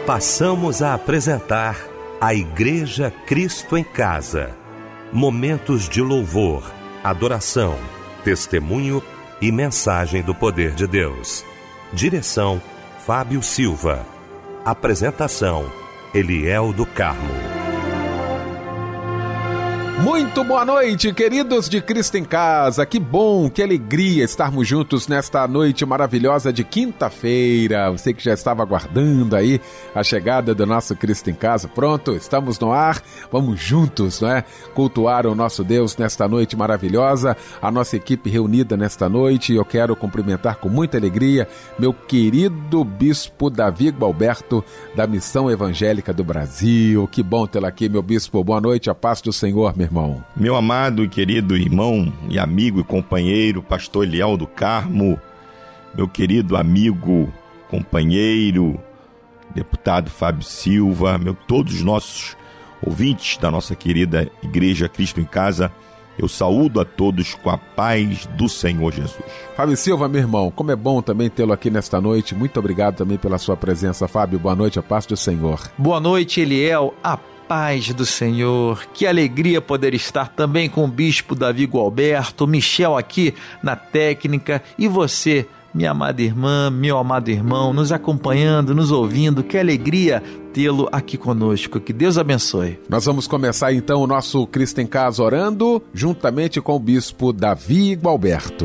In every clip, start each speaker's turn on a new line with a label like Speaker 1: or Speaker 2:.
Speaker 1: Passamos a apresentar a Igreja Cristo em Casa. Momentos de louvor, adoração, testemunho e mensagem do poder de Deus. Direção: Fábio Silva. Apresentação: Eliel do Carmo.
Speaker 2: Muito boa noite, queridos de Cristo em Casa. Que bom, que alegria estarmos juntos nesta noite maravilhosa de quinta-feira. Você que já estava aguardando aí a chegada do nosso Cristo em Casa. Pronto, estamos no ar. Vamos juntos, não é? Cultuar o nosso Deus nesta noite maravilhosa. A nossa equipe reunida nesta noite. Eu quero cumprimentar com muita alegria meu querido Bispo Davi Gualberto, da Missão Evangélica do Brasil. Que bom tê-lo aqui, meu Bispo. Boa noite, a paz do Senhor, meu irmão.
Speaker 3: Meu amado e querido irmão e amigo e companheiro, pastor Eliel do Carmo, meu querido amigo, companheiro, deputado Fábio Silva, todos os nossos ouvintes da nossa querida Igreja Cristo em Casa, eu saúdo a todos com a paz do Senhor Jesus.
Speaker 2: Fábio Silva, meu irmão, como é bom também tê-lo aqui nesta noite. Muito obrigado também pela sua presença, Fábio. Boa noite, a paz do Senhor.
Speaker 4: Boa noite, Eliel, a paz do Senhor. Que alegria poder estar também com o Bispo Davi Gualberto, Michel aqui na técnica e você, minha amada irmã, meu amado irmão, nos acompanhando, nos ouvindo. Que alegria tê-lo aqui conosco. Que Deus abençoe.
Speaker 2: Nós vamos começar então o nosso Cristo em Casa orando, juntamente com o Bispo Davi Gualberto.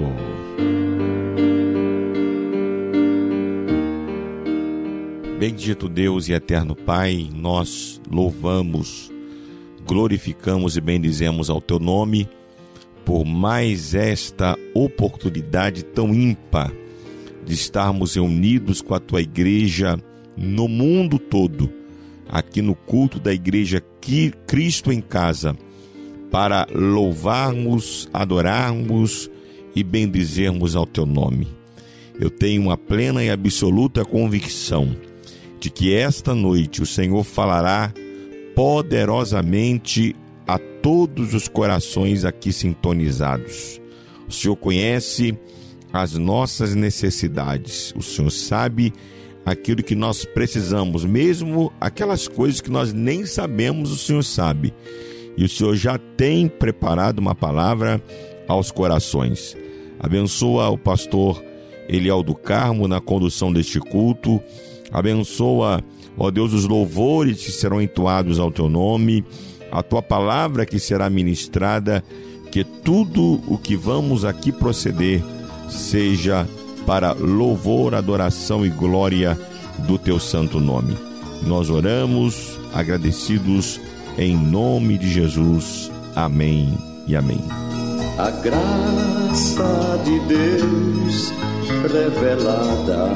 Speaker 3: Bendito Deus e eterno Pai, nós louvamos, glorificamos e bendizemos ao Teu nome por mais esta oportunidade tão ímpar de estarmos reunidos com a Tua Igreja no mundo todo, aqui no culto da Igreja Cristo em Casa, para louvarmos, adorarmos e bendizermos ao Teu nome. Eu tenho uma plena e absoluta convicção de que esta noite o Senhor falará poderosamente a todos os corações aqui sintonizados. O Senhor conhece as nossas necessidades, o Senhor sabe aquilo que nós precisamos, mesmo aquelas coisas que nós nem sabemos, o Senhor sabe. E o Senhor já tem preparado uma palavra aos corações. Abençoa o pastor Eliel do Carmo na condução deste culto. Abençoa, ó Deus, os louvores que serão entoados ao Teu nome, a Tua palavra que será ministrada, que tudo o que vamos aqui proceder seja para louvor, adoração e glória do Teu santo nome. Nós oramos, agradecidos, em nome de Jesus. Amém e amém.
Speaker 5: A graça de Deus revelada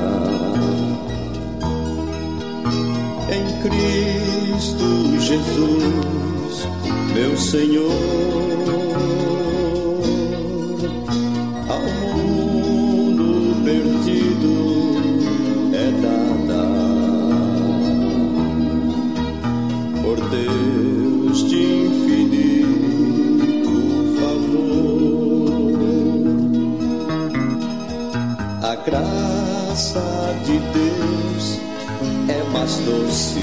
Speaker 5: em Cristo Jesus, meu Senhor, ao mundo perdido é dada por Deus de infinito favor. A graça de Deus é mais doce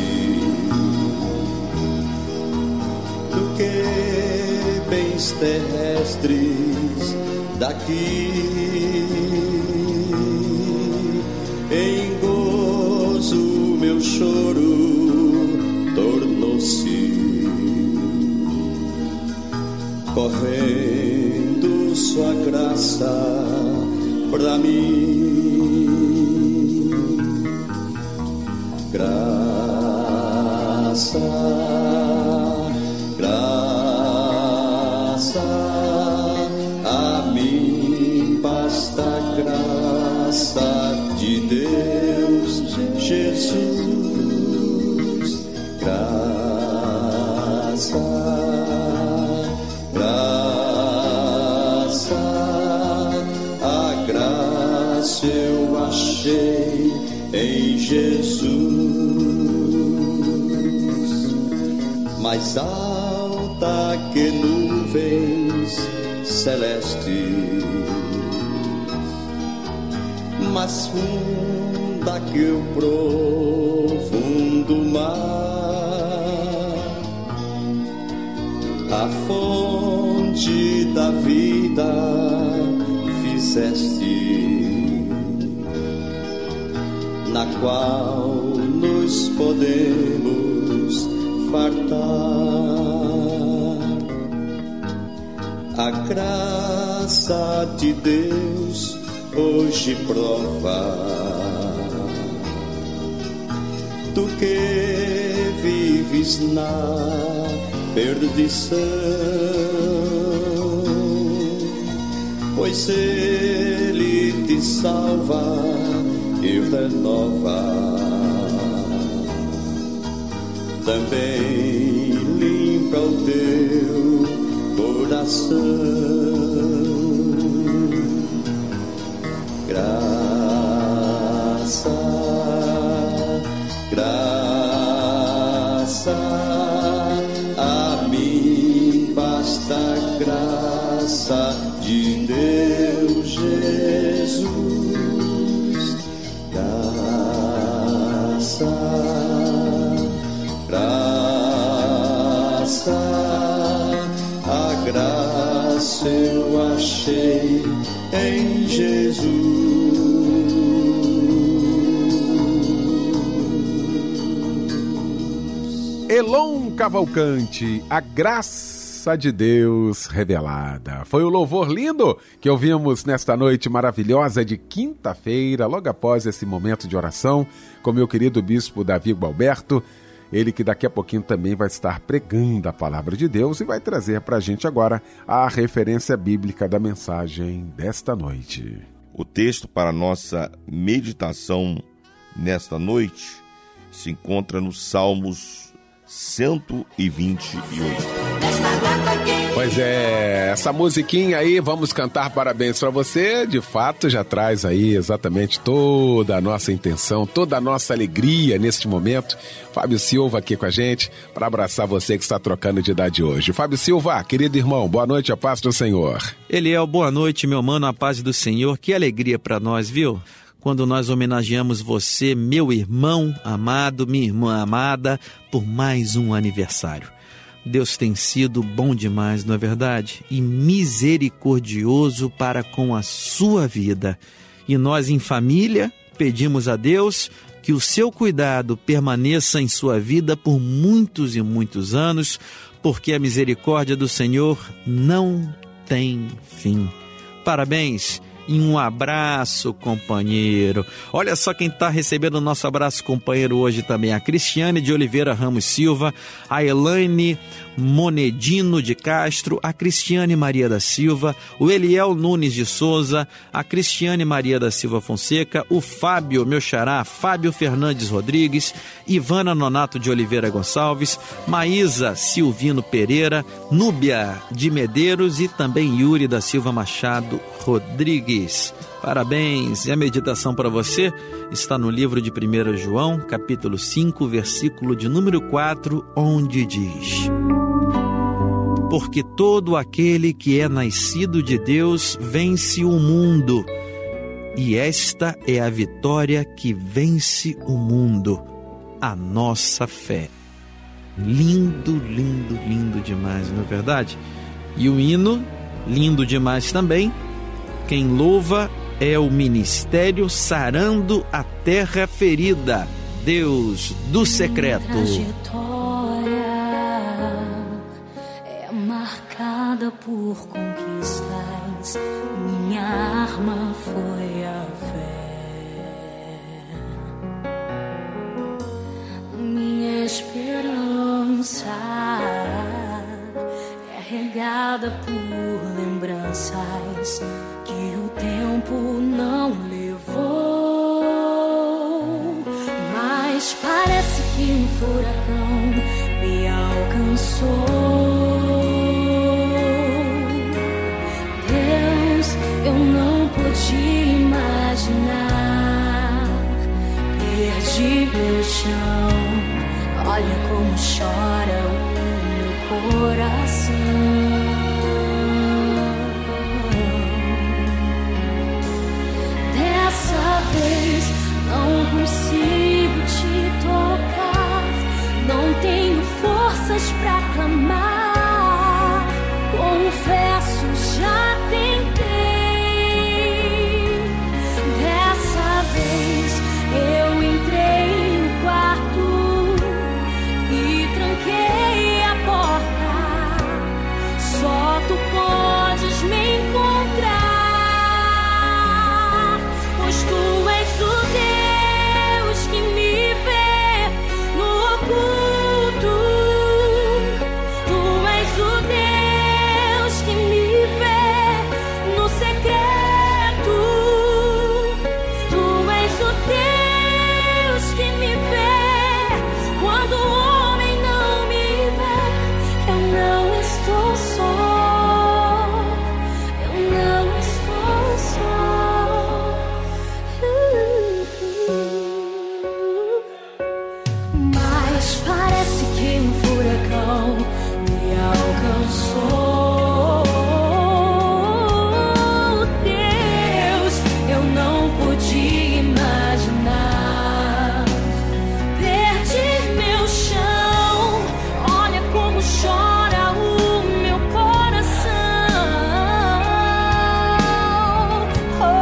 Speaker 5: do que bens terrestres daqui. Em gozo meu choro tornou-se, correndo sua graça pra mim. Graça, graça, a mim basta graça de Deus, Jesus. Graça, graça, a graça eu achei em Jesus. Mais alta que nuvens celestes, mais funda aumenta que o profundo mar, a fonte da vida fizeste, na qual nos podemos fartar. A graça de Deus hoje prova, tu que vives na perdição, pois Ele te salva e renova, também limpa o teu coração. Graça, graça, a mim basta a graça de Deus Jesus. Graça, graça, a graça eu achei em Jesus.
Speaker 2: Elon Cavalcante, a graça de Deus revelada. Foi o louvor lindo que ouvimos nesta noite maravilhosa de quinta-feira, logo após esse momento de oração, com meu querido bispo Davi Gualberto, ele que daqui a pouquinho também vai estar pregando a palavra de Deus e vai trazer para a gente agora a referência bíblica da mensagem desta noite.
Speaker 3: O texto para a nossa meditação nesta noite se encontra nos Salmos 128.
Speaker 2: Pois é, essa musiquinha aí, vamos cantar parabéns para você, de fato já traz aí exatamente toda a nossa intenção, toda a nossa alegria neste momento. Fábio Silva aqui com a gente para abraçar você que está trocando de idade hoje. Fábio Silva, querido irmão, boa noite, a paz do Senhor.
Speaker 4: Eliel, boa noite, meu mano, a paz do Senhor. Que alegria para nós, viu? Quando nós homenageamos você, meu irmão amado, minha irmã amada, por mais um aniversário. Deus tem sido bom demais, não é verdade? E misericordioso para com a sua vida. E nós, em família, pedimos a Deus que o seu cuidado permaneça em sua vida por muitos e muitos anos, porque a misericórdia do Senhor não tem fim. Parabéns! E um abraço, companheiro. Olha só quem está recebendo o nosso abraço, companheiro, hoje também. A Cristiane de Oliveira Ramos Silva, a Elaine Monedino de Castro, a Cristiane Maria da Silva, o Eliel Nunes de Souza, a Cristiane Maria da Silva Fonseca, o Fábio, meu xará, Fábio Fernandes Rodrigues, Ivana Nonato de Oliveira Gonçalves, Maísa Silvino Pereira, Núbia de Medeiros e também Yuri da Silva Machado Rodrigues. Parabéns! E a meditação para você está no livro de 1 João, capítulo 5, versículo de número 4, onde diz: porque todo aquele que é nascido de Deus vence o mundo, e esta é a vitória que vence o mundo, a nossa fé. Lindo, lindo, lindo demais, não é verdade? E o hino, lindo demais também. Quem louva é o ministério sarando a terra ferida, Deus do secreto.
Speaker 6: Minha trajetória é marcada por conquistas, minha arma foi a fé, minha esperança é regada por lembranças que o tempo não levou, mas parece que um furacão me alcançou. Deus, eu não podia imaginar, perdi meu chão, olha como chora o meu coração. Dessa vez não forças pra clamar, confesso, já tentei. Dessa vez eu entrei no quarto e tranquei a porta. Só tu podes me encontrar, pois tu és o Deus que me vê no oculto. Tu és o Deus que me vê no secreto. Tu és o Deus que me vê quando o homem não me vê. Eu não estou só. Eu não estou só. Mas parece que um furacão me alcançou. Deus, eu não podia imaginar. Perdi meu chão. Olha como chora o meu coração.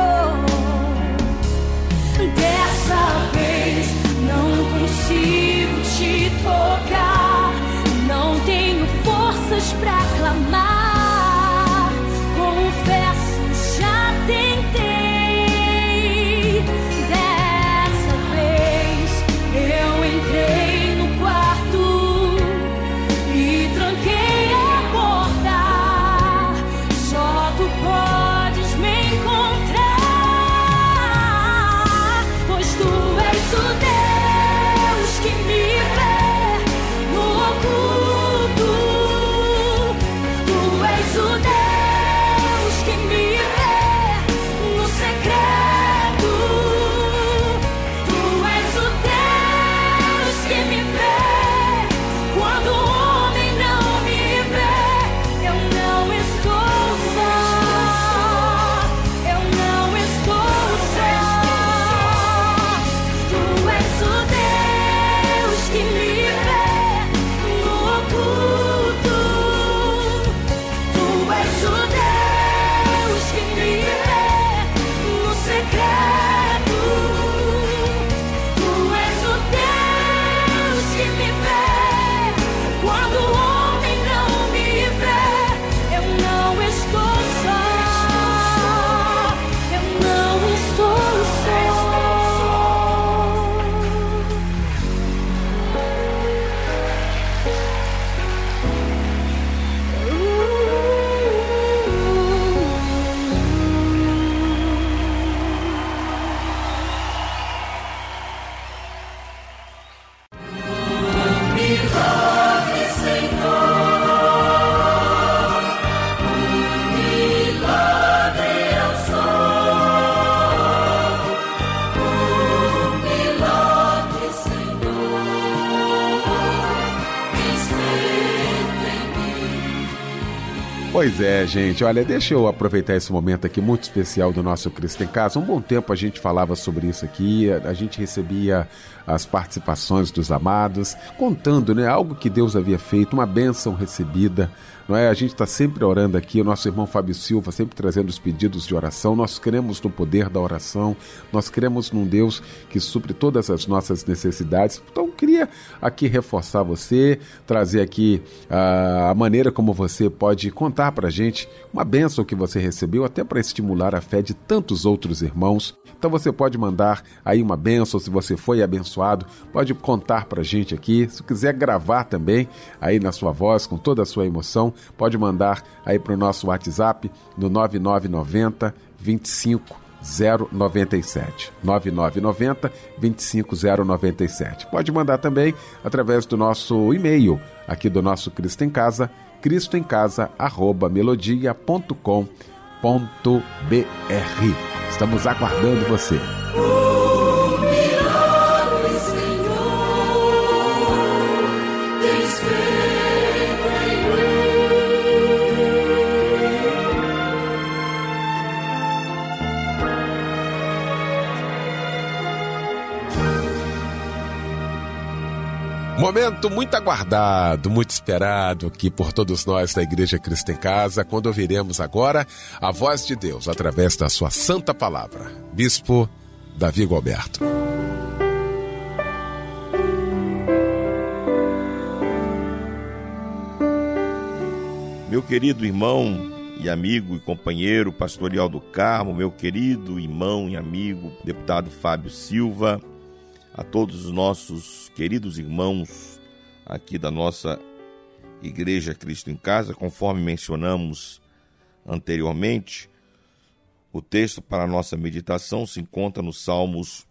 Speaker 6: Dessa vez não consigo te tocar, não tenho forças pra clamar. Confesso, já tentei. Dessa vez eu entrei no quarto e tranquei a porta. Só tu podes me encontrar, pois tu és o Deus que me vê no oculto. Tu és o Deus que me vê no secreto. Tu és o Deus que me vê quando o homem não me vê. Eu não estou só. Eu não estou só. Tu és o Deus que me vê no oculto. Tu és o Deus que me vê no secreto. Tu és o Deus que me vê quando o homem não me vê. Eu não estou só. Eu não estou só.
Speaker 2: Pois é, gente, olha, deixa eu aproveitar esse momento aqui muito especial do nosso Cristo em Casa. Um bom tempo a gente falava sobre isso aqui, a gente recebia as participações dos amados, contando, né, algo que Deus havia feito, uma bênção recebida, não é? A gente está sempre orando aqui, o nosso irmão Fábio Silva sempre trazendo os pedidos de oração. Nós cremos no poder da oração, nós cremos num Deus que supre todas as nossas necessidades. Então, queria aqui reforçar você, trazer aqui a maneira como você pode contar para a gente uma bênção que você recebeu, até para estimular a fé de tantos outros irmãos. Então você pode mandar aí uma bênção, se você foi abençoado, pode contar para a gente aqui. Se quiser gravar também aí na sua voz, com toda a sua emoção, pode mandar aí para o nosso WhatsApp no 9990 25 097 9990 25097. Pode mandar também através do nosso e-mail aqui do nosso Cristo em Casa, cristoemcasa@melodia.com.br. Estamos aguardando você. Momento muito aguardado, muito esperado aqui por todos nós da Igreja Cristo em Casa, quando ouviremos agora a voz de Deus através da sua santa palavra. Bispo Davi Gualberto.
Speaker 3: Meu querido irmão e amigo e companheiro Pastorial do Carmo, meu querido irmão e amigo deputado Fábio Silva, a todos os nossos queridos irmãos aqui da nossa Igreja Cristo em Casa, conforme mencionamos anteriormente, o texto para a nossa meditação se encontra no Salmos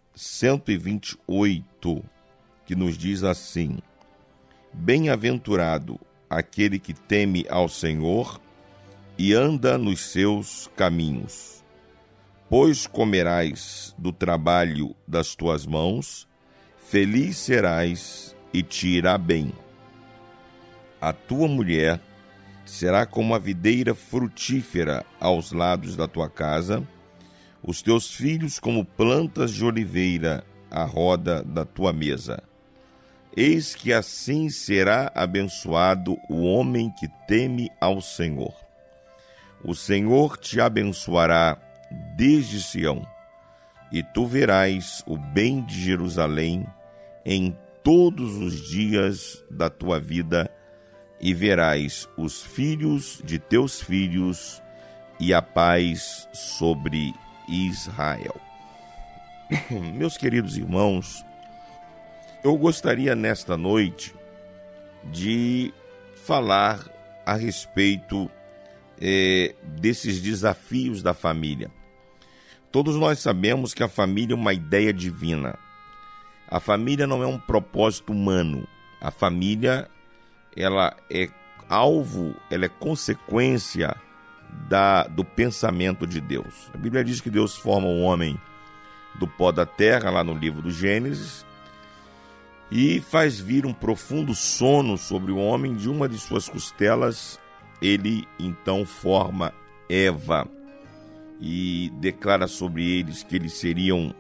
Speaker 3: 128, que nos diz assim: Bem-aventurado aquele que teme ao Senhor e anda nos seus caminhos, pois comerás do trabalho das tuas mãos, feliz serás e te irá bem. A tua mulher será como a videira frutífera aos lados da tua casa, os teus filhos como plantas de oliveira à roda da tua mesa. Eis que assim será abençoado o homem que teme ao Senhor. O Senhor te abençoará desde Sião, e tu verás o bem de Jerusalém em todos os dias da tua vida, e verás os filhos de teus filhos e a paz sobre Israel. Meus queridos irmãos, eu gostaria nesta noite de falar a respeito desses desafios da família. Todos nós sabemos que a família é uma ideia divina. A família não é um propósito humano. A família, ela é alvo, ela é consequência do pensamento de Deus. A Bíblia diz que Deus forma o homem do pó da terra, lá no livro do Gênesis, e faz vir um profundo sono sobre o homem. De uma de suas costelas, ele então forma Eva e declara sobre eles que eles seriam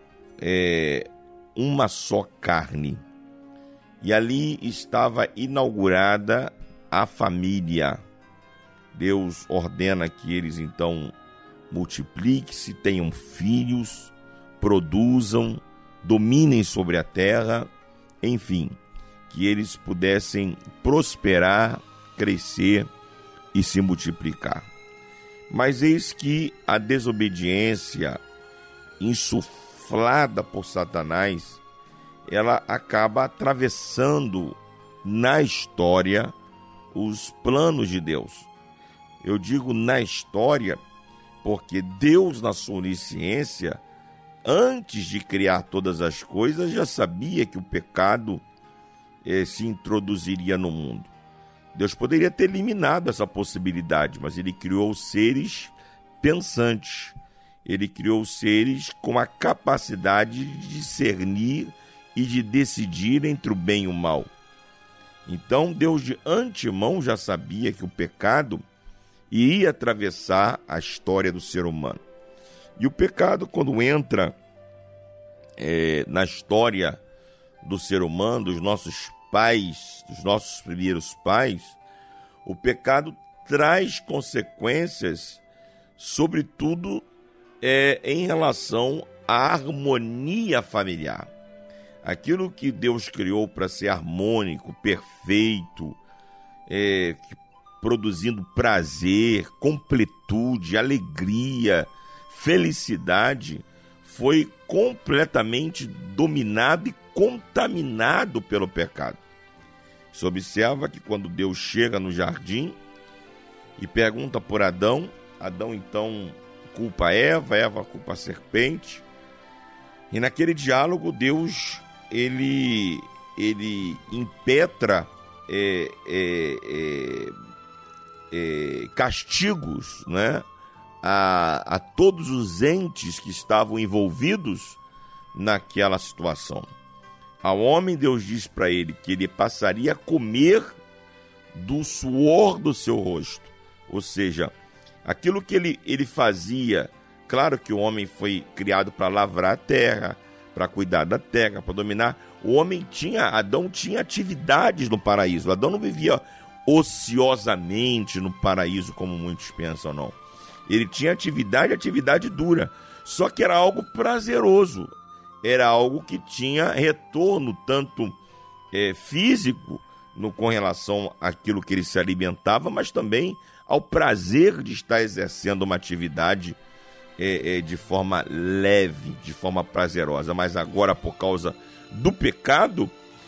Speaker 3: uma só carne. E ali estava inaugurada a família. Deus ordena que eles então multipliquem-se, tenham filhos, produzam, dominem sobre a terra, enfim, que eles pudessem prosperar, crescer e se multiplicar. Mas eis que a desobediência insuflada por Satanás, ela acaba atravessando na história os planos de Deus. Eu digo na história porque Deus, na sua onisciência, antes de criar todas as coisas, já sabia que o pecado se introduziria no mundo. Deus poderia ter eliminado essa possibilidade, mas ele criou seres pensantes. Ele criou seres com a capacidade de discernir e de decidir entre o bem e o mal. Então, Deus de antemão já sabia que o pecado iria atravessar a história do ser humano. E o pecado, quando entra na história do ser humano, dos nossos pais, dos nossos primeiros pais, o pecado traz consequências, sobretudo em relação à harmonia familiar. Aquilo que Deus criou para ser harmônico, perfeito, produzindo prazer, completude, alegria, felicidade, foi completamente dominado e contaminado pelo pecado. Se observa que quando Deus chega no jardim e pergunta por Adão, Adão então culpa Eva, Eva culpa a serpente, e naquele diálogo Deus ele impetra castigos, né, a todos os entes que estavam envolvidos naquela situação. Ao homem, Deus diz para ele que ele passaria a comer do suor do seu rosto. Ou seja, aquilo que ele fazia, claro que o homem foi criado para lavrar a terra, para cuidar da terra, para dominar. Adão tinha atividades no paraíso. Adão não vivia ociosamente no paraíso, como muitos pensam, não. Ele tinha atividade dura. Só que era algo prazeroso. Era algo que tinha retorno, tanto físico, com relação àquilo que ele se alimentava, mas também ao prazer de estar exercendo uma atividade de forma leve, de forma prazerosa. Mas agora, por causa do pecado,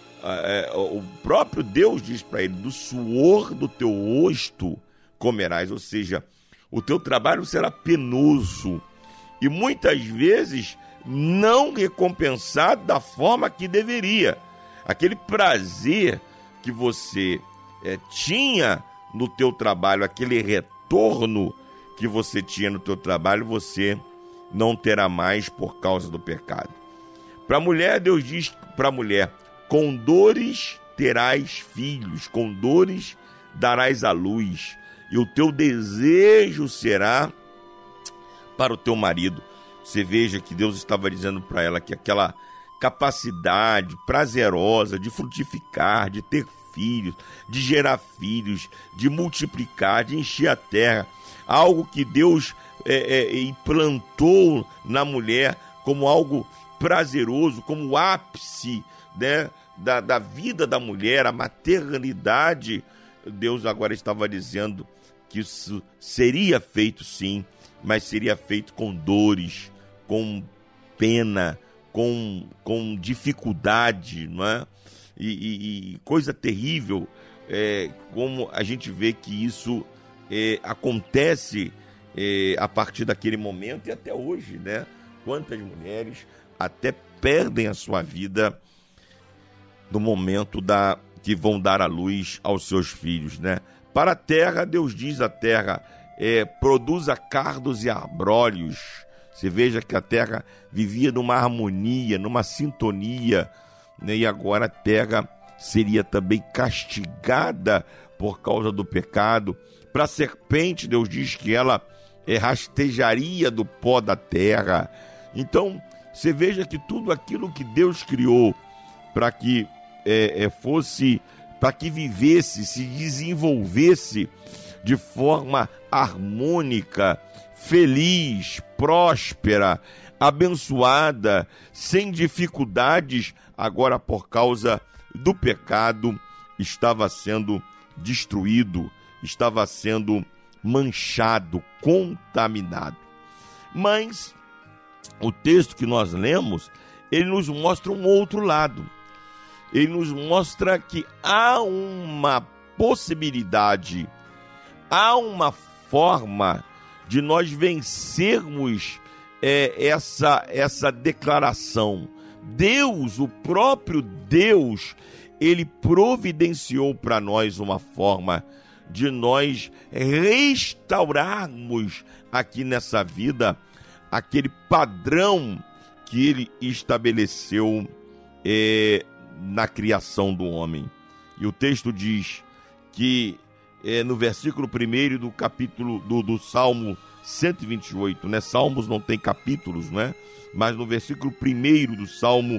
Speaker 3: o próprio Deus diz para ele: do suor do teu rosto comerás, ou seja, o teu trabalho será penoso e muitas vezes não recompensado da forma que deveria. Aquele prazer que você tinha no teu trabalho, aquele retorno que você tinha no teu trabalho, você não terá mais por causa do pecado. Para a mulher, Deus diz para a mulher: com dores terás filhos, com dores darás à luz, e o teu desejo será para o teu marido. Você veja que Deus estava dizendo para ela que aquela capacidade prazerosa de frutificar, de ter filhos, de gerar filhos, de multiplicar, de encher a terra, algo que Deus implantou na mulher como algo prazeroso, como o ápice, né, da vida da mulher, a maternidade. Deus agora estava dizendo que isso seria feito sim, mas seria feito com dores, com pena, com dificuldade, não é? E coisa terrível, como a gente vê que isso acontece a partir daquele momento e até hoje, né? Quantas mulheres até perdem a sua vida no momento que vão dar à luz aos seus filhos, né? Para a terra, Deus diz à terra: produza cardos e abrolhos. Você veja que a terra vivia numa harmonia, numa sintonia, né? E agora a terra seria também castigada por causa do pecado. Para a serpente, Deus diz que ela rastejaria do pó da terra. Então, você veja que tudo aquilo que Deus criou para que para que vivesse, se desenvolvesse de forma harmônica, feliz, próspera, abençoada, sem dificuldades, agora por causa do pecado estava sendo destruído, estava sendo manchado, contaminado. Mas o texto que nós lemos, ele nos mostra um outro lado. Ele nos mostra que há uma possibilidade, há uma forma de nós vencermos essa declaração. Deus, o próprio Deus, ele providenciou para nós uma forma de nós restaurarmos aqui nessa vida aquele padrão que ele estabeleceu na criação do homem. E o texto diz que no versículo 1 do capítulo do Salmo 128, né? Salmos não tem capítulos, né? Mas no versículo 1 do Salmo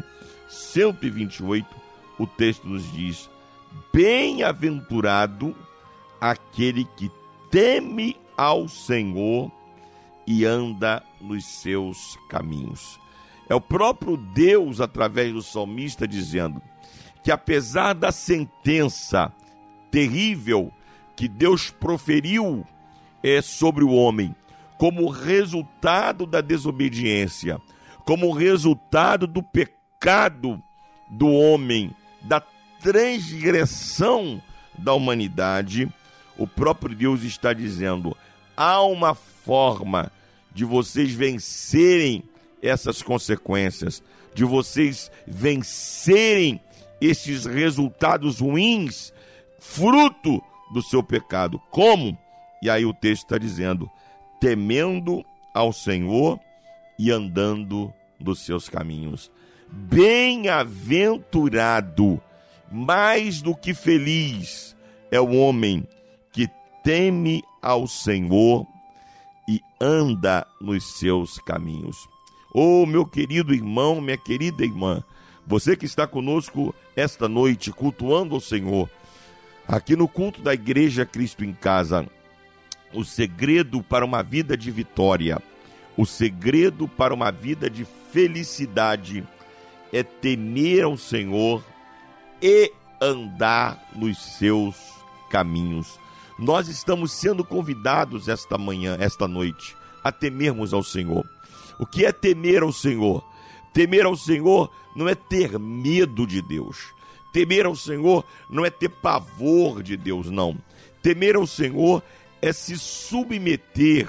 Speaker 3: 128, o texto nos diz: bem-aventurado aquele que teme ao Senhor e anda nos seus caminhos. É o próprio Deus, através do salmista, dizendo que apesar da sentença terrível que Deus proferiu sobre o homem, como resultado da desobediência, como resultado do pecado do homem, da transgressão da humanidade, o próprio Deus está dizendo: há uma forma de vocês vencerem essas consequências, de vocês vencerem esses resultados ruins, fruto do seu pecado. Como? E aí o texto está dizendo: temendo ao Senhor e andando nos seus caminhos. Bem-aventurado, mais do que feliz, é o homem que teme ao Senhor e anda nos seus caminhos. Oh, meu querido irmão, minha querida irmã, você que está conosco esta noite, cultuando o Senhor, aqui no culto da Igreja Cristo em Casa, o segredo para uma vida de vitória, o segredo para uma vida de felicidade é temer ao Senhor e andar nos seus caminhos. Nós estamos sendo convidados esta manhã, esta noite, a temermos ao Senhor. O que é temer ao Senhor? Temer ao Senhor não é ter medo de Deus. Temer ao Senhor não é ter pavor de Deus, não. Temer ao Senhor é se submeter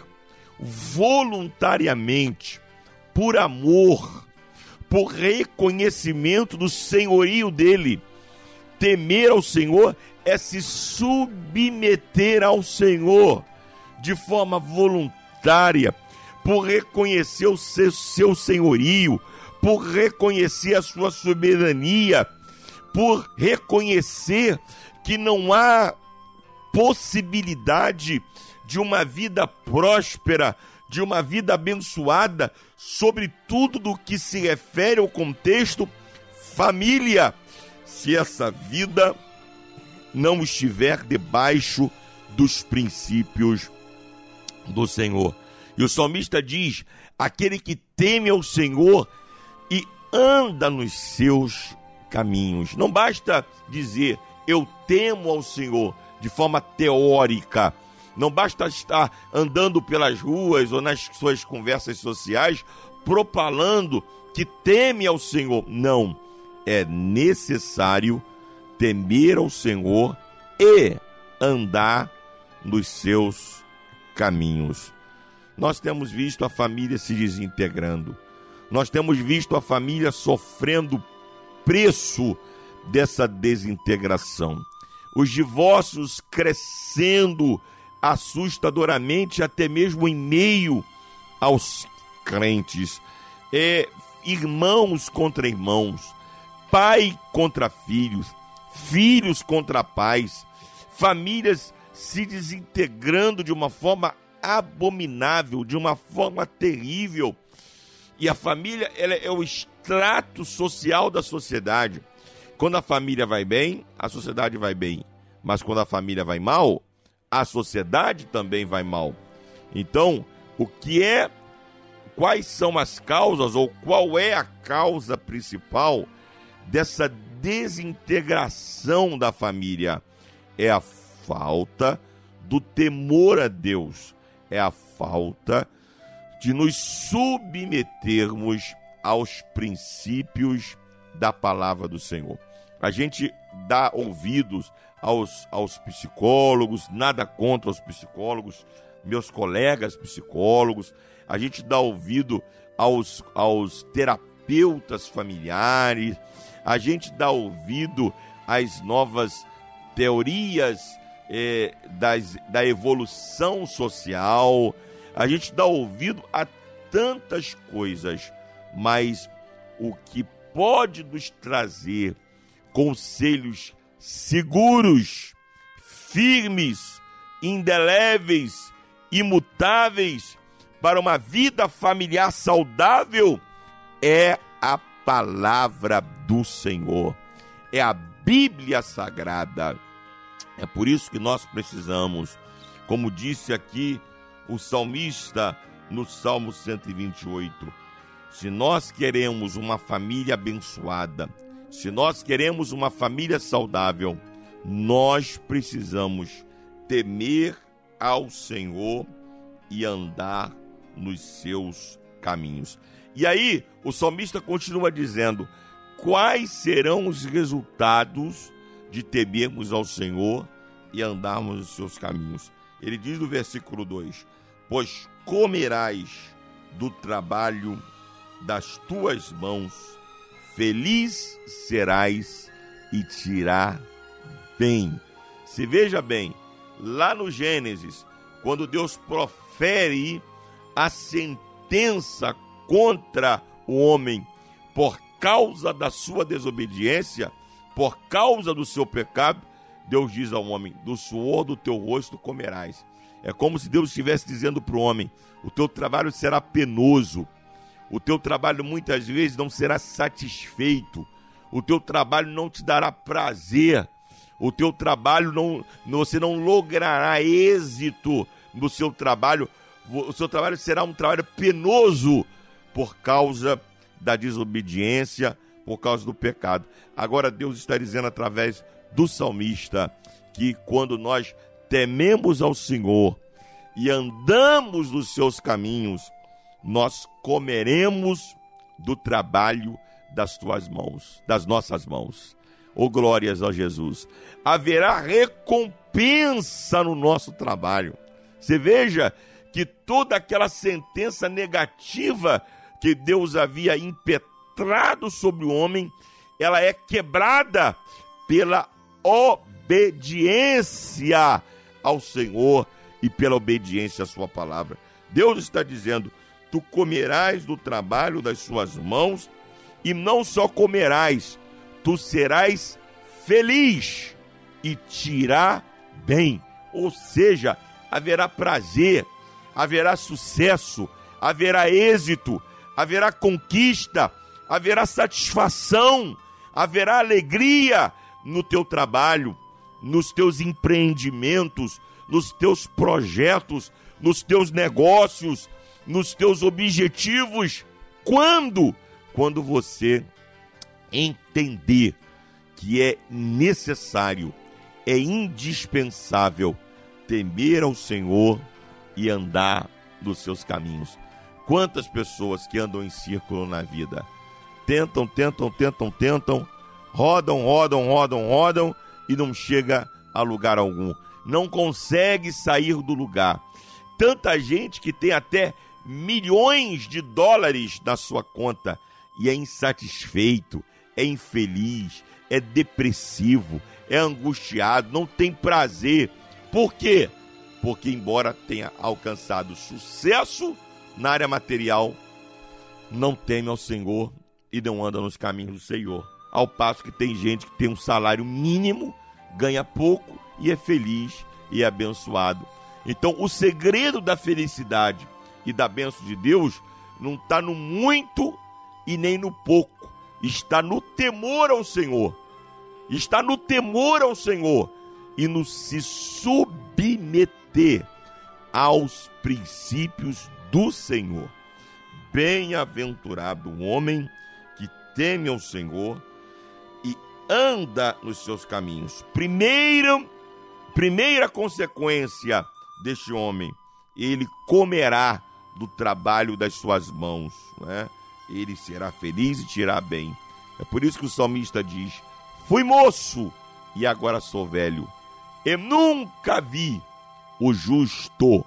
Speaker 3: voluntariamente, por amor, por reconhecimento do senhorio dele. Temer ao Senhor é se submeter ao Senhor de forma voluntária, por reconhecer o seu senhorio, por reconhecer a sua soberania, por reconhecer que não há possibilidade de uma vida próspera, de uma vida abençoada, sobretudo do que se refere ao contexto família, se essa vida não estiver debaixo dos princípios do Senhor. E o salmista diz: aquele que teme ao Senhor e anda nos seus caminhos. Não basta dizer eu temo ao Senhor de forma teórica. Não basta estar andando pelas ruas ou nas suas conversas sociais propalando que teme ao Senhor. Não, é necessário temer ao Senhor e andar nos seus caminhos. Nós temos visto a família se desintegrando. Nós temos visto a família sofrendo preço dessa desintegração. Os divórcios crescendo assustadoramente, até mesmo em meio aos crentes. Irmãos contra irmãos, pai contra filhos, filhos contra pais, famílias se desintegrando de uma forma abominável, de uma forma terrível. E a família, ela é o extrato social da sociedade. Quando a família vai bem, a sociedade vai bem. Mas quando a família vai mal, a sociedade também vai mal. Então, quais são as causas, ou qual é a causa principal dessa desintegração da família? É a falta do temor a Deus, é a falta de nos submetermos aos princípios da palavra do Senhor. A gente dá ouvidos aos psicólogos, nada contra os psicólogos, meus colegas psicólogos, a gente dá ouvido aos terapeutas familiares, a gente dá ouvido às novas teorias da evolução social, a gente dá ouvido a tantas coisas, mas o que pode nos trazer conselhos seguros, firmes, indeléveis, imutáveis para uma vida familiar saudável é a palavra do Senhor, é a Bíblia Sagrada. É por isso que nós precisamos, como disse aqui o salmista no Salmo 128, se nós queremos uma família abençoada, se nós queremos uma família saudável, nós precisamos temer ao Senhor e andar nos seus caminhos. E aí, o salmista continua dizendo: quais serão os resultados de temermos ao Senhor e andarmos nos seus caminhos? Ele diz no versículo 2: pois comerás do trabalho das tuas mãos, feliz serás e te irá bem. Se veja bem, lá no Gênesis, quando Deus profere a sentença contra o homem por causa da sua desobediência, por causa do seu pecado, Deus diz ao homem: do suor do teu rosto comerás. É como se Deus estivesse dizendo para o homem: o teu trabalho será penoso, O teu trabalho muitas vezes não será satisfeito. O teu trabalho não te dará prazer. O teu trabalho você não logrará êxito no seu trabalho. O seu trabalho será um trabalho penoso por causa da desobediência, por causa do pecado. Agora Deus está dizendo através do salmista que quando nós tememos ao Senhor e andamos nos seus caminhos, nós comeremos do trabalho das tuas mãos, das nossas mãos. Oh, glórias a Jesus. Haverá recompensa no nosso trabalho. Você veja que toda aquela sentença negativa que Deus havia impetrado sobre o homem, ela é quebrada pela obediência ao Senhor e pela obediência à sua palavra. Deus está dizendo: tu comerás do trabalho das suas mãos, e não só comerás, tu serás feliz e te irá bem. Ou seja, haverá prazer, haverá sucesso, haverá êxito, haverá conquista, haverá satisfação, haverá alegria no teu trabalho, nos teus empreendimentos, nos teus projetos, nos teus negócios, nos teus objetivos. Quando você entender que é necessário, é indispensável temer ao Senhor e andar nos seus caminhos. Quantas pessoas que andam em círculo na vida, tentam, rodam e não chega a lugar algum, não consegue sair do lugar. Tanta gente que tem até milhões de dólares na sua conta e é insatisfeito, é infeliz, é depressivo, é angustiado, não tem prazer. Por quê? Porque embora tenha alcançado sucesso na área material, não teme ao Senhor e não anda nos caminhos do Senhor. Ao passo que tem gente que tem um salário mínimo, ganha pouco e é feliz e é abençoado. Então o segredo da felicidade e da bênção de Deus não está no muito e nem no pouco, está no temor ao Senhor. Está no temor ao Senhor e no se submeter aos princípios do Senhor. Bem-aventurado o homem que teme ao Senhor e anda nos seus caminhos. Primeira consequência deste homem: ele comerá do trabalho das suas mãos, né? Ele será feliz e te irá bem. É por isso que o salmista diz: fui moço e agora sou velho, e nunca vi o justo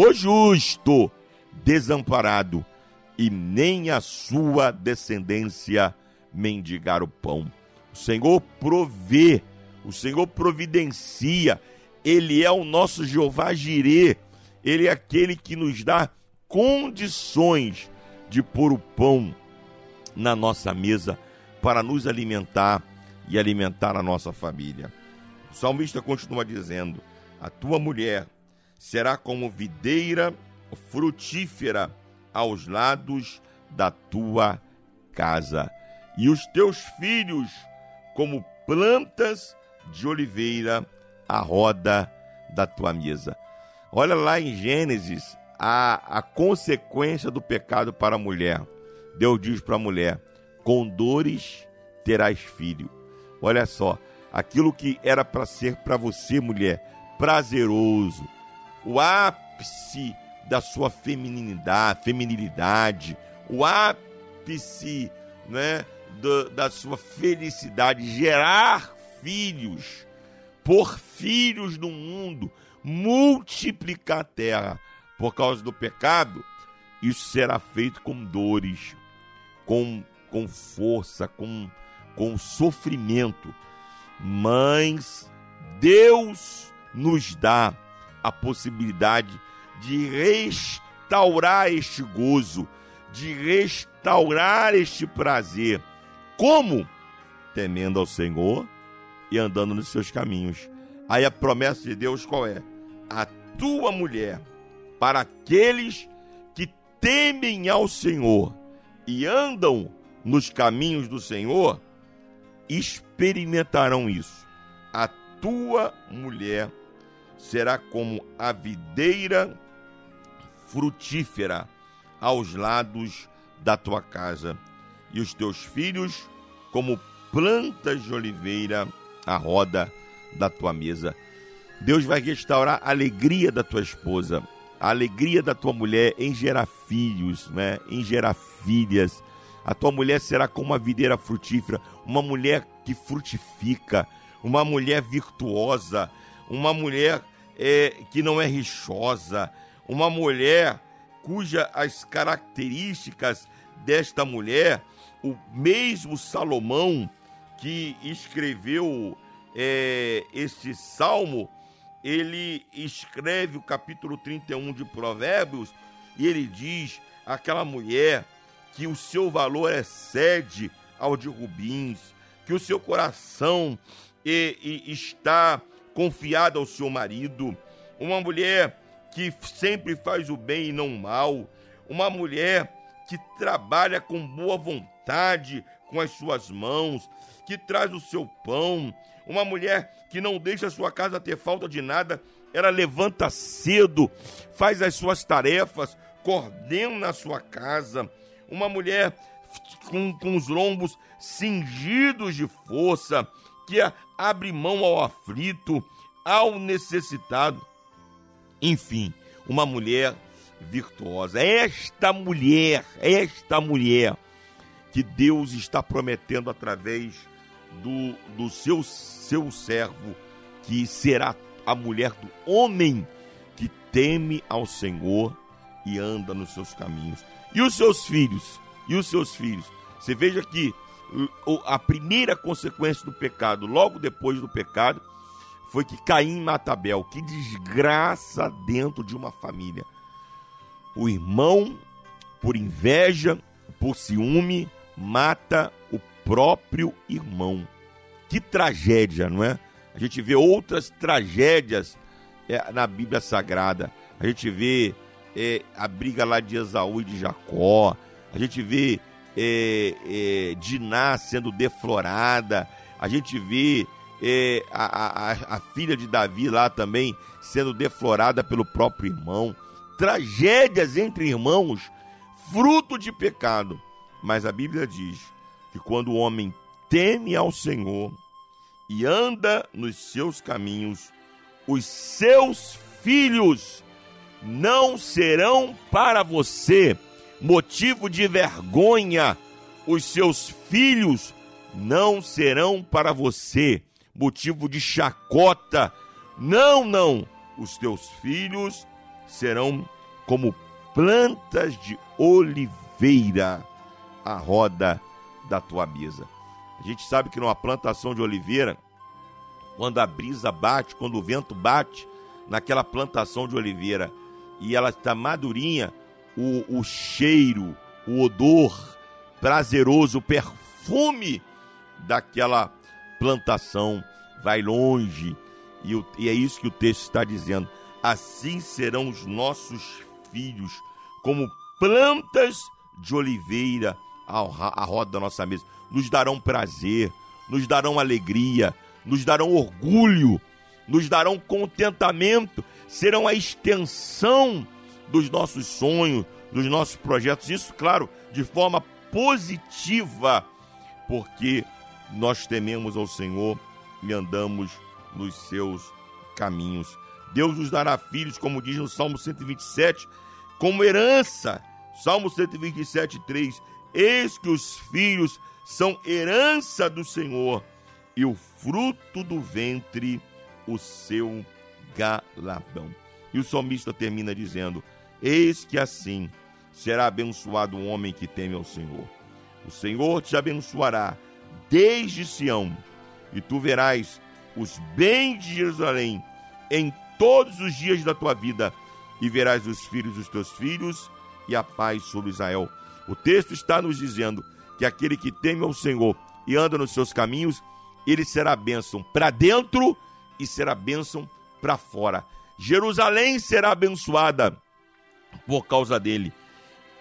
Speaker 3: desamparado, e nem a sua descendência mendigar o pão. O Senhor provê, o Senhor providencia. Ele é o nosso Jeová Jirê. Ele é aquele que nos dá condições de pôr o pão na nossa mesa para nos alimentar e alimentar a nossa família. O salmista continua dizendo: a tua mulher será como videira frutífera aos lados da tua casa, e os teus filhos como plantas de oliveira à roda da tua mesa. Olha lá em Gênesis a consequência do pecado para a mulher. Deus diz para a mulher: com dores terás filho. Olha só, aquilo que era para ser para você, mulher, prazeroso, o ápice da sua feminilidade, o ápice, né, da sua felicidade, gerar filhos, pôr filhos no mundo, multiplicar a terra. Por causa do pecado, isso será feito com dores, com força, com sofrimento. Mas Deus nos dá a possibilidade de restaurar este gozo, de restaurar este prazer. Como? Temendo ao Senhor e andando nos seus caminhos. Aí a promessa de Deus qual é? A tua mulher, para aqueles que temem ao Senhor e andam nos caminhos do Senhor, experimentarão isso. A tua mulher será como a videira frutífera aos lados da tua casa, e os teus filhos como plantas de oliveira à roda da tua mesa. Deus vai restaurar a alegria da tua esposa, a alegria da tua mulher em gerar filhos, né? Em gerar filhas. A tua mulher será como uma videira frutífera, uma mulher que frutifica, uma mulher virtuosa, uma mulher que não é rixosa, uma mulher cuja as características desta mulher, o mesmo Salomão que escreveu este salmo, ele escreve o capítulo 31 de Provérbios, e ele diz: aquela mulher que o seu valor excede ao de rubins, que o seu coração está confiado ao seu marido, uma mulher que sempre faz o bem e não o mal, uma mulher que trabalha com boa vontade com as suas mãos, que traz o seu pão, uma mulher que não deixa a sua casa ter falta de nada, ela levanta cedo, faz as suas tarefas, coordena a sua casa, uma mulher com os lombos cingidos de força, que abre mão ao aflito, ao necessitado. Enfim, uma mulher virtuosa. Esta mulher que Deus está prometendo através do seu servo, que será a mulher do homem que teme ao Senhor e anda nos seus caminhos. E os seus filhos? Você veja que a primeira consequência do pecado, logo depois do pecado, foi que Caim mata Abel. Que desgraça dentro de uma família. O irmão, por inveja, por ciúme, mata o próprio irmão. Que tragédia, não é? A gente vê outras tragédias na Bíblia Sagrada. A gente vê a briga lá de Esaú e de Jacó. A gente vê Diná sendo deflorada. A gente vê a filha de Davi lá também sendo deflorada pelo próprio irmão. Tragédias entre irmãos, fruto de pecado. Mas a Bíblia diz que quando o homem teme ao Senhor e anda nos seus caminhos, os seus filhos não serão para você motivo de vergonha. Os seus filhos não serão para você motivo de chacota. Não. Os teus filhos serão como plantas de oliveira à roda da tua mesa. A gente sabe que numa plantação de oliveira, quando a brisa bate, quando o vento bate naquela plantação de oliveira e ela está madurinha, o cheiro, o odor prazeroso, o perfume daquela plantação vai longe. E é isso que o texto está dizendo. Assim serão os nossos filhos, como plantas de oliveira à roda da nossa mesa. Nos darão prazer, nos darão alegria, nos darão orgulho, nos darão contentamento, serão a extensão dos nossos sonhos, dos nossos projetos. Isso, claro, de forma positiva, porque nós tememos ao Senhor e andamos nos seus caminhos. Deus nos dará filhos, como diz no Salmo 127, como herança. Salmo 127, 3. Eis que os filhos são herança do Senhor, e o fruto do ventre, o seu galardão. E o salmista termina dizendo: eis que assim será abençoado o homem que teme ao Senhor. O Senhor te abençoará desde Sião, e tu verás os bens de Jerusalém em todos os dias da tua vida, e verás os filhos dos teus filhos e a paz sobre Israel. O texto está nos dizendo que aquele que teme ao Senhor e anda nos seus caminhos, ele será bênção para dentro e será bênção para fora. Jerusalém será abençoada por causa dele.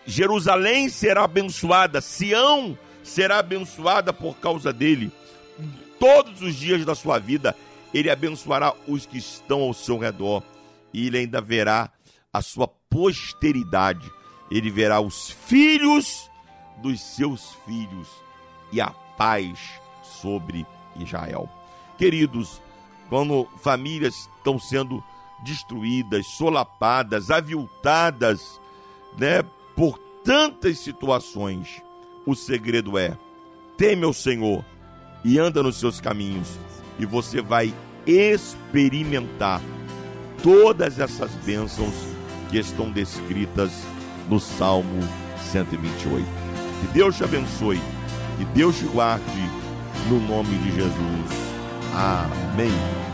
Speaker 3: Jerusalém será abençoada, Sião será abençoada por causa dele. Todos os dias da sua vida, ele abençoará os que estão ao seu redor. E ele ainda verá a sua posteridade. Ele verá os filhos dos seus filhos e a paz sobre Israel. Queridos, quando famílias estão sendo destruídas, solapadas, aviltadas, né, por tantas situações, o segredo é: teme ao Senhor e anda nos seus caminhos, e você vai experimentar todas essas bênçãos que estão descritas no Salmo 128. Que Deus te abençoe, que Deus te guarde, no nome de Jesus. Amém.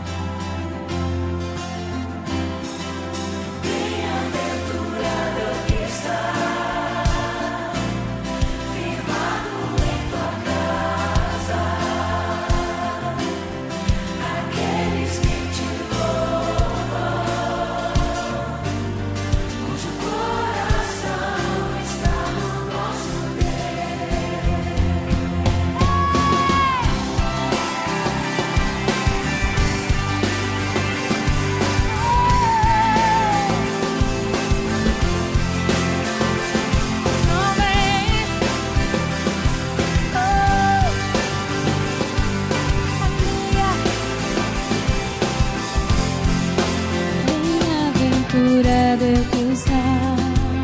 Speaker 6: Bem-aventurado é o que está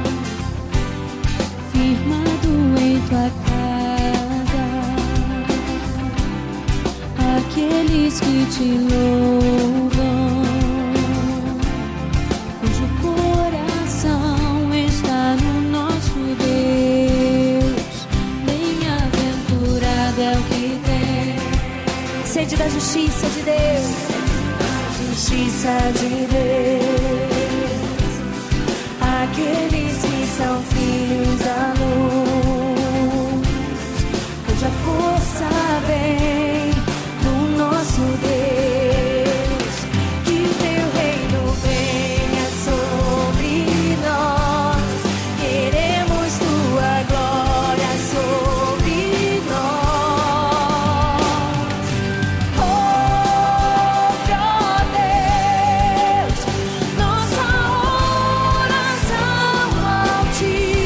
Speaker 6: firmado em tua casa, aqueles que te louvam, cujo coração está no nosso Deus. Bem-aventurado é o que tem sede da justiça de Deus. Justiça de Deus, aqueles que são filhos da luz, cuja força vem do nosso Deus. Que teu reino venha sobre nós, queremos tua glória sobre nós. Nossa oração ao Ti.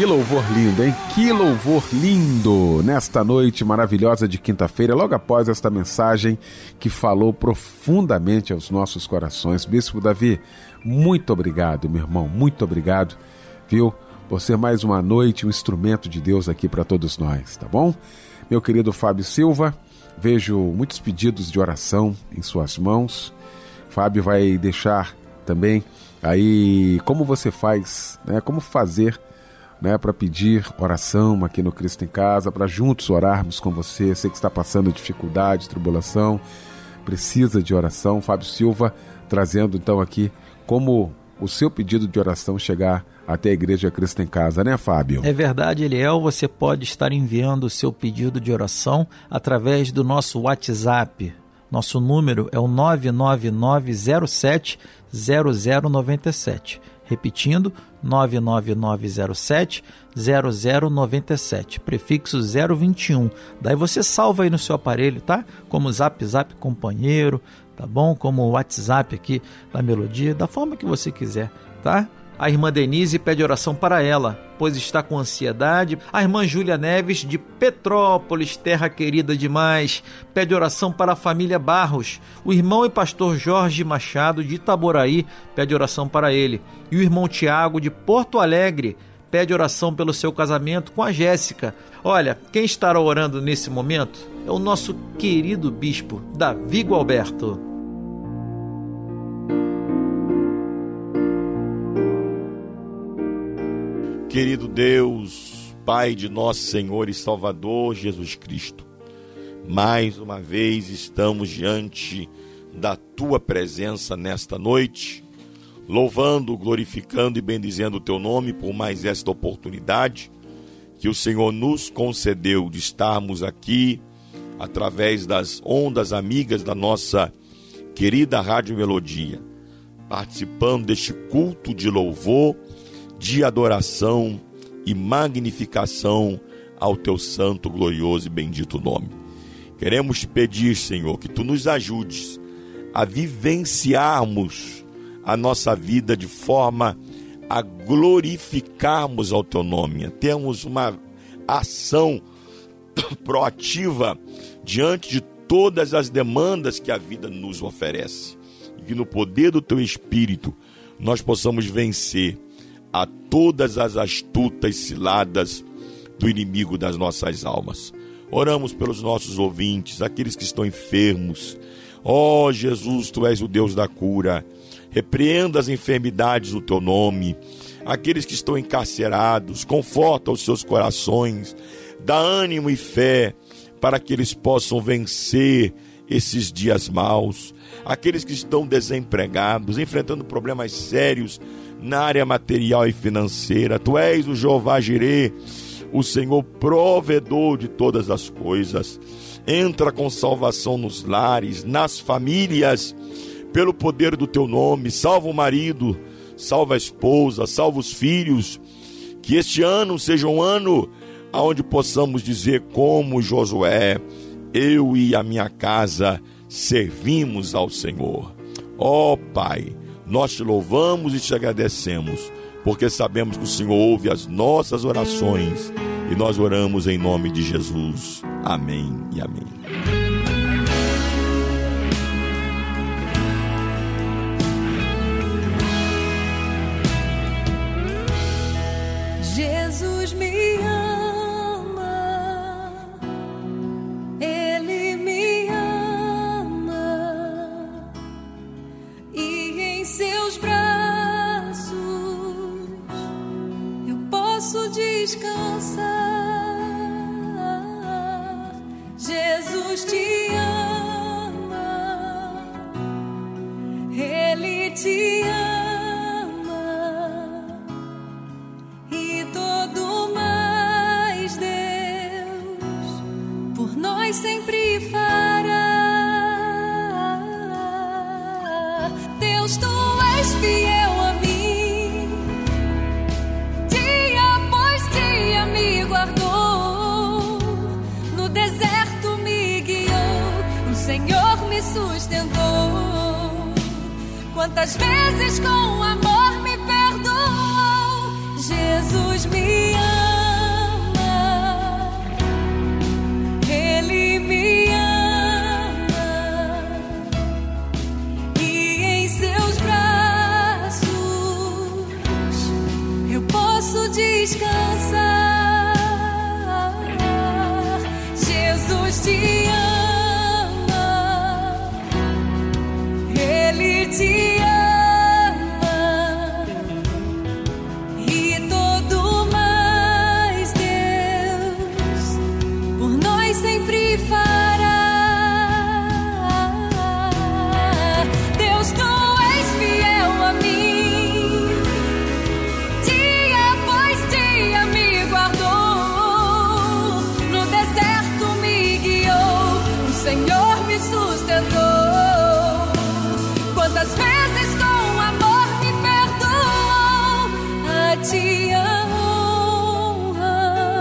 Speaker 2: louvor lindo, hein? Que louvor lindo! Nesta noite maravilhosa de quinta-feira, logo após esta mensagem que falou profundamente aos nossos corações. Bispo Davi, muito obrigado, meu irmão, muito obrigado, viu? Por ser mais uma noite um instrumento de Deus aqui para todos nós, tá bom? Meu querido Fábio Silva, vejo muitos pedidos de oração em suas mãos. Fábio vai deixar também aí como você faz, né? Como fazer, né, para pedir oração aqui no Cristo em Casa, para juntos orarmos com você. Sei que está passando dificuldade, tribulação, precisa de oração. Fábio Silva trazendo então aqui como o seu pedido de oração chegar até a Igreja Cristo em Casa, né, Fábio? É verdade, Eliel, você pode estar enviando o seu pedido de oração através do nosso WhatsApp. Nosso número é o 99907-0097. Repetindo, 99907-0097, prefixo 021. Daí você salva aí no seu aparelho, tá? Como Zap Companheiro, tá bom? Como o WhatsApp aqui da Melodia, da forma que você quiser, tá? A irmã Denise pede oração para ela, pois está com ansiedade. A irmã Júlia Neves, de Petrópolis, terra querida demais, pede oração para a família Barros. O irmão e pastor Jorge Machado, de Itaboraí, pede oração para ele. E o irmão Tiago, de Porto Alegre, pede oração pelo seu casamento com a Jéssica. Olha, quem estará orando nesse momento é o nosso querido bispo Davi Gualberto.
Speaker 3: Querido Deus, Pai de nosso Senhor e Salvador Jesus Cristo, mais uma vez estamos diante da Tua presença nesta noite, louvando, glorificando e bendizendo o Teu nome por mais esta oportunidade que o Senhor nos concedeu de estarmos aqui através das ondas amigas da nossa querida Rádio Melodia, participando deste culto de louvor, de adoração e magnificação ao Teu santo, glorioso e bendito nome. Queremos te pedir, Senhor, que Tu nos ajudes a vivenciarmos a nossa vida de forma a glorificarmos ao Teu nome, a termos uma ação proativa diante de todas as demandas que a vida nos oferece, e que no poder do Teu Espírito nós possamos vencer a todas as astutas ciladas do inimigo das nossas almas. Oramos pelos nossos ouvintes, aqueles que estão enfermos. Ó Jesus, Tu és o Deus da cura. Repreenda as enfermidades no Teu nome. Aqueles que estão encarcerados, conforta os seus corações, dá ânimo e fé para que eles possam vencer esses dias maus. Aqueles que estão desempregados, enfrentando problemas sérios na área material e financeira. Tu és o Jeová Jirê, o Senhor provedor de todas as coisas. Entra com salvação nos lares, nas famílias, pelo poder do Teu nome. Salva o marido, salva a esposa, salva os filhos. Que este ano seja um ano onde possamos dizer como Josué: eu e a minha casa servimos ao Senhor. Ó Pai, nós Te louvamos e Te agradecemos, porque sabemos que o Senhor ouve as nossas orações, e nós oramos em nome de Jesus. Amém e amém.
Speaker 6: Jesus me ama, Ele me ama, e em Seus braços eu posso descansar. Jesus te ama, Ele te ama, e todo mais Deus por nós sempre fará. Deus, Tu és fiel a mim, dia após dia me guardou, no deserto me guiou, o Senhor me sustentou. Quantas vezes com amor me perdoou. Jesus me ama. Senhor me sustentou. Quantas vezes com amor me perdoou. A ti a honra,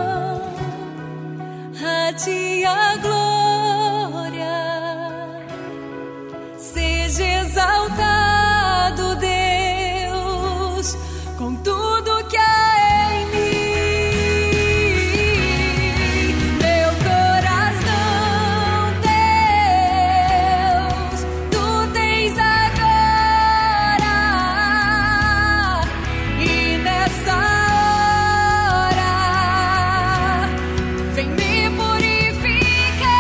Speaker 6: a ti a glória. Seja exaltado, Deus, com tudo que há em mim. Meu coração, Deus, tu tens agora. E nessa hora, vem me purificar.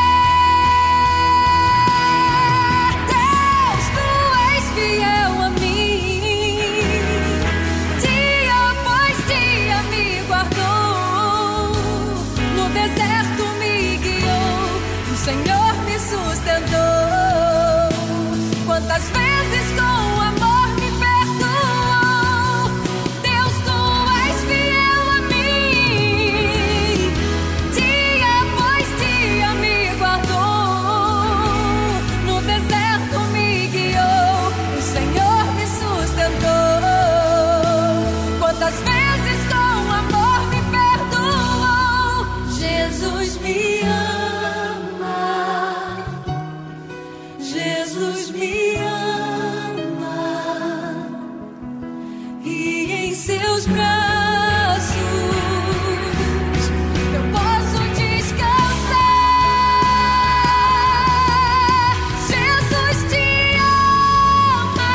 Speaker 6: Deus, tu és fiel a mim. Dia após dia me guardou. No deserto me guiou. O Senhor me sustentou. Quantas vezes com amor me perdoou. Deus, tu és fiel a mim. Dia após dia me guardou. No deserto me guiou. O Senhor me sustentou. Quantas vezes com amor me perdoou. Jesus me ama. Jesus me ama. E em seus braços eu posso descansar. Jesus te ama.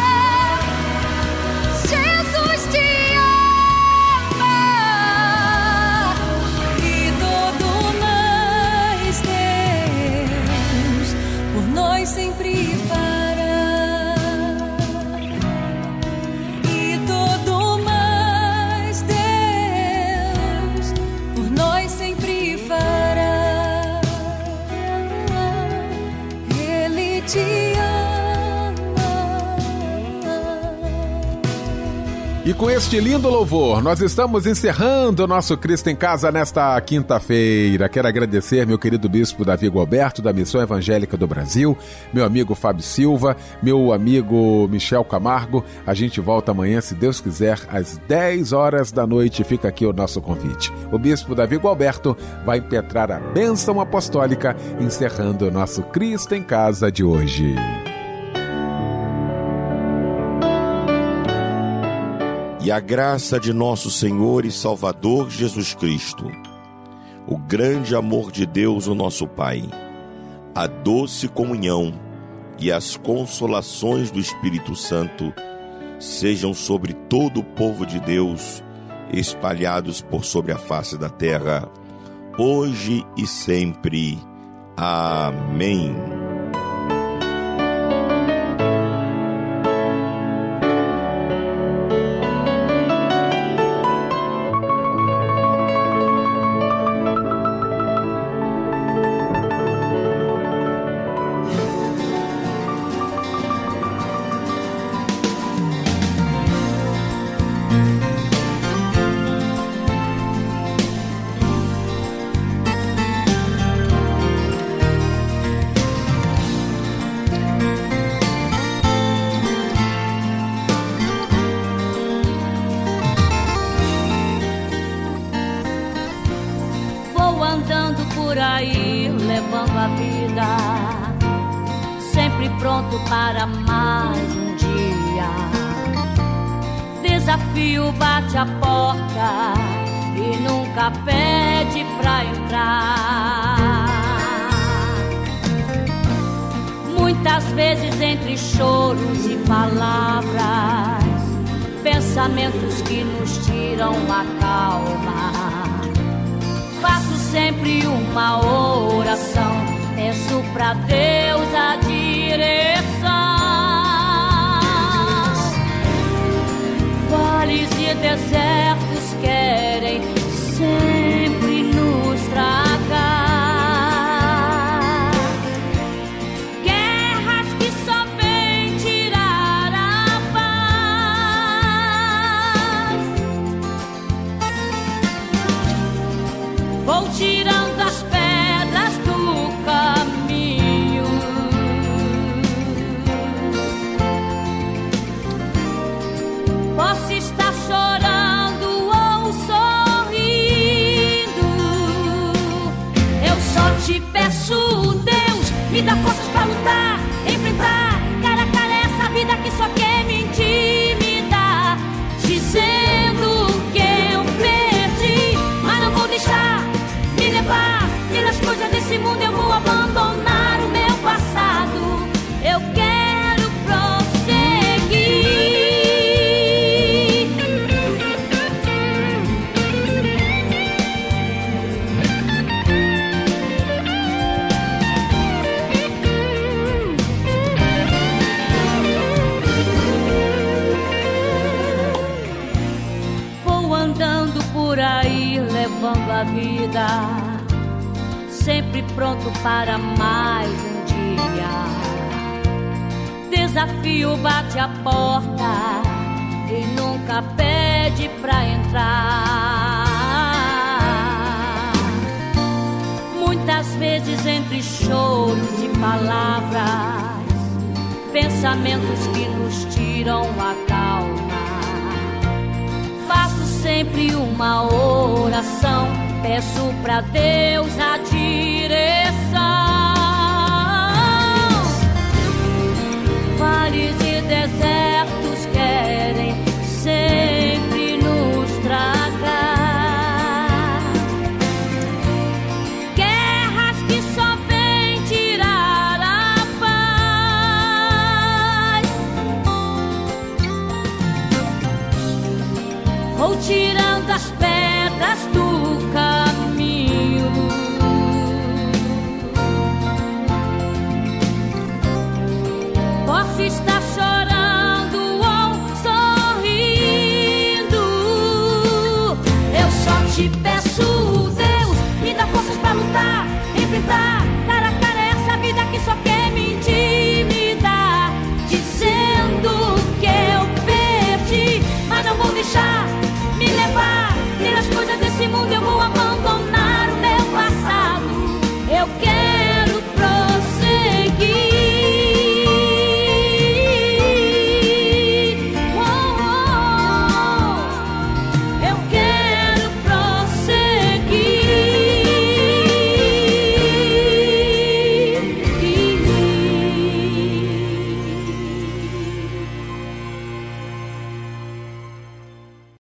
Speaker 6: Jesus te ama. E todo mais Deus por nós sempre fará. E todo mais Deus por nós sempre fará. Ele te ama.
Speaker 2: E com este lindo louvor, nós estamos encerrando o nosso Cristo em Casa nesta quinta-feira. Quero agradecer meu querido bispo Davi Gualberto, da Missão Evangélica do Brasil, meu amigo Fábio Silva, meu amigo Michel Camargo. A gente volta amanhã, se Deus quiser, às 10 horas da noite. Fica aqui o nosso convite. O bispo Davi Gualberto vai impetrar a bênção apostólica, encerrando o nosso Cristo em Casa de hoje.
Speaker 3: E a graça de nosso Senhor e Salvador Jesus Cristo, o grande amor de Deus, o nosso Pai, a doce comunhão e as consolações do Espírito Santo sejam sobre todo o povo de Deus, espalhados por sobre a face da terra, hoje e sempre. Amém.
Speaker 7: Vou andando por aí, levando a vida, sempre pronto para mais um dia. Desafio bate a porta e nunca pede pra entrar. Muitas vezes entre choros e palavras, pensamentos que nos tiram a calma. Faço sempre uma oração, peço pra Deus a direção. Vales e desertos querem sempre nos tragar. Guerras que só vêm tirar a paz. Vou tirando as pedras do caminho. me dá forças pra lutar, enfrentar cara a cara essa vida que só quer me intimidar, dizendo que eu perdi. Mas não vou deixar me levar pelas coisas desse mundo, eu vou abandonar o meu passado. Eu quero prosseguir. Vou andando por aí, levando a vida, sempre pronto para mais um dia. Desafio bate a porta e nunca pede pra entrar. Muitas vezes entre choros e palavras, pensamentos que nos tiram a calma. Faço sempre uma oração, peço pra Deus a direção.